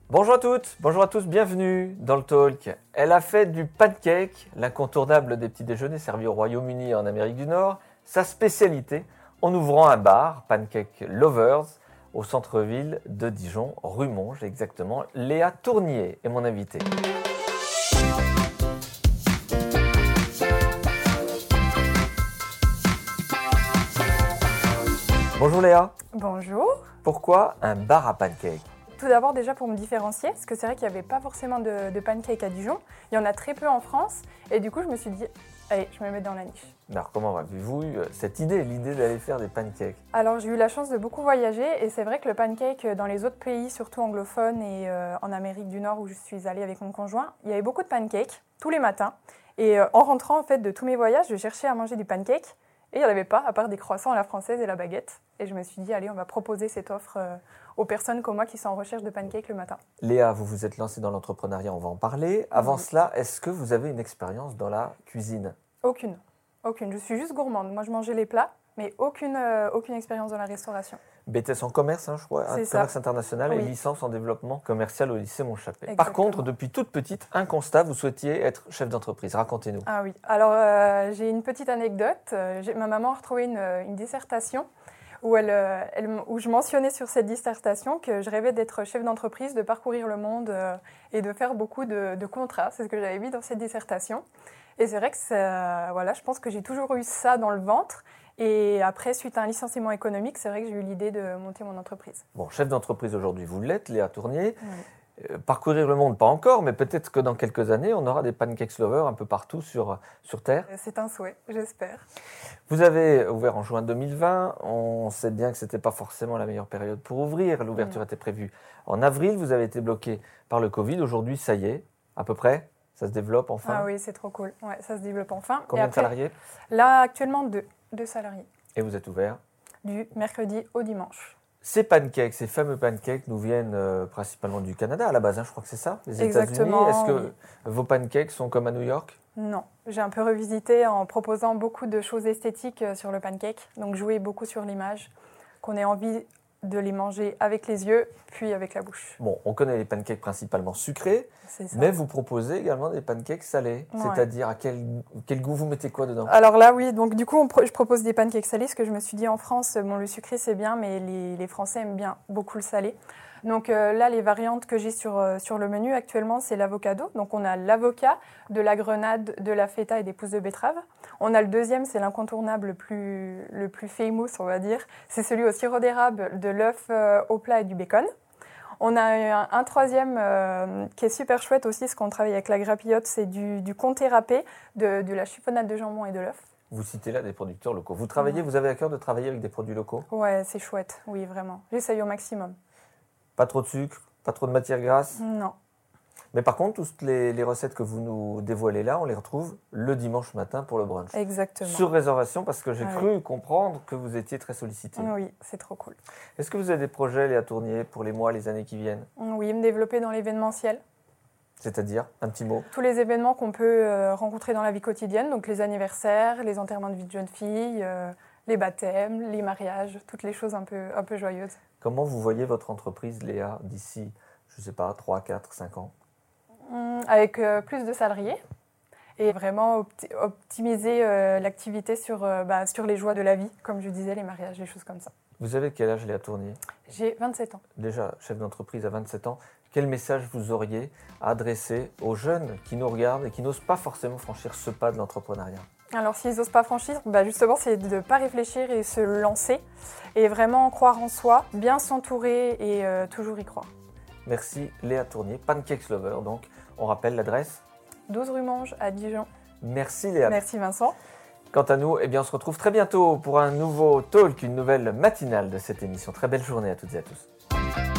Bonjour à toutes, bonjour à tous, bienvenue dans le talk. Elle a fait du pancake, l'incontournable des petits déjeuners servis au Royaume-Uni et en Amérique du Nord, sa spécialité en ouvrant un bar, Pancake Lovers, au centre-ville de Dijon, rue Monge exactement. Léa Tournier est mon invitée. Bonjour Léa. Bonjour. Pourquoi un bar à pancake ? Tout d'abord déjà pour me différencier, parce que c'est vrai qu'il n'y avait pas forcément de pancakes à Dijon. Il y en a très peu en France et du coup je me suis dit, allez, je me mets dans la niche. Alors comment avez-vous eu cette idée, l'idée d'aller faire des pancakes ? Alors j'ai eu la chance de beaucoup voyager et c'est vrai que le pancake dans les autres pays, surtout anglophones et en Amérique du Nord où je suis allée avec mon conjoint, il y avait beaucoup de pancakes tous les matins. Et en rentrant en fait de tous mes voyages, je cherchais à manger du pancake et il n'y en avait pas à part des croissants à la française et la baguette. Et je me suis dit, allez, on va proposer cette offre aux personnes comme moi qui sont en recherche de pancakes le matin. Léa, vous vous êtes lancée dans l'entrepreneuriat, on va en parler. Avant cela, est-ce que vous avez une expérience dans la cuisine ? Aucune. Je suis juste gourmande. Moi, je mangeais les plats, mais aucune expérience dans la restauration. BTS en commerce, je crois, commerce international et oui. Licence en développement commercial au lycée Montchappé. Exactement. Par contre, depuis toute petite, un constat, vous souhaitiez être chef d'entreprise. Racontez-nous. Ah oui. Alors, j'ai une petite anecdote. Ma maman a retrouvé une dissertation où je mentionnais sur cette dissertation que je rêvais d'être chef d'entreprise, de parcourir le monde et de faire beaucoup de contrats. C'est ce que j'avais mis dans cette dissertation. Et c'est vrai que je pense que j'ai toujours eu ça dans le ventre. Et après, suite à un licenciement économique, c'est vrai que j'ai eu l'idée de monter mon entreprise. Bon, chef d'entreprise aujourd'hui, vous l'êtes, Léa Tournier. Oui. Parcourir le monde, pas encore, mais peut-être que dans quelques années, on aura des pancakes lovers un peu partout sur Terre. C'est un souhait, j'espère. Vous avez ouvert en juin 2020. On sait bien que ce n'était pas forcément la meilleure période pour ouvrir. L'ouverture était prévue en avril. Vous avez été bloqué par le Covid. Aujourd'hui, ça y est, à peu près. Ça se développe enfin. Ah oui, c'est trop cool. Ouais, ça se développe enfin. Combien de salariés ? Là, actuellement, deux salariés. Et vous êtes ouvert ? Du mercredi au dimanche. Ces pancakes, ces fameux pancakes, nous viennent principalement du Canada à la base, je crois que c'est ça, les Exactement. États-Unis. Est-ce que vos pancakes sont comme à New York ? Non, j'ai un peu revisité en proposant beaucoup de choses esthétiques sur le pancake. Donc jouer beaucoup sur l'image, qu'on ait envie de les manger avec les yeux, puis avec la bouche. Bon, on connaît les pancakes principalement sucrés, mais vous proposez également des pancakes salés. Ouais. C'est-à-dire à quel goût vous mettez quoi dedans ? Alors là, oui, donc du coup, je propose des pancakes salés, parce que je me suis dit en France, bon, le sucré c'est bien, mais les Français aiment bien beaucoup le salé. Donc là, les variantes que j'ai sur le menu actuellement, c'est l'avocado. Donc on a l'avocat, de la grenade, de la feta et des pousses de betterave. On a le deuxième, c'est l'incontournable le plus famous, on va dire. C'est celui au sirop d'érable, de l'œuf au plat et du bacon. On a un troisième qui est super chouette aussi, parce qu'on travaille avec la grappillotte, c'est du comté râpé, de la chiffonnade de jambon et de l'œuf. Vous citez là des producteurs locaux. Vous avez à cœur de travailler avec des produits locaux ? Ouais, c'est chouette, oui, vraiment. J'essaye au maximum. Pas trop de sucre, pas trop de matière grasse ? Non. Mais par contre, toutes les recettes que vous nous dévoilez là, on les retrouve le dimanche matin pour le brunch. Exactement. Sur réservation, parce que j'ai cru comprendre que vous étiez très sollicité. Oui, c'est trop cool. Est-ce que vous avez des projets, Léa Tournier, pour les mois, les années qui viennent ? Oui, me développer dans l'événementiel. C'est-à-dire, un petit mot ? Tous les événements qu'on peut rencontrer dans la vie quotidienne, donc les anniversaires, les enterrements de vie de jeunes filles, les baptêmes, les mariages, toutes les choses un peu joyeuses. Comment vous voyez votre entreprise, Léa, d'ici, je ne sais pas, 3, 4, 5 ans ? Avec plus de salariés et vraiment optimiser l'activité sur les joies de la vie, comme je disais, les mariages, les choses comme ça. Vous avez quel âge, Léa Tournier ? J'ai 27 ans. Déjà, chef d'entreprise à 27 ans. Quel message vous auriez à adresser aux jeunes qui nous regardent et qui n'osent pas forcément franchir ce pas de l'entrepreneuriat ? Alors, s'ils n'osent pas franchir, justement, c'est de ne pas réfléchir et se lancer et vraiment croire en soi, bien s'entourer et toujours y croire. Merci Léa Tournier, Pancakes Lover. Donc, on rappelle l'adresse 12 rue Monge à Dijon. Merci Léa. Merci Vincent. Quant à nous, on se retrouve très bientôt pour un nouveau talk, une nouvelle matinale de cette émission. Très belle journée à toutes et à tous.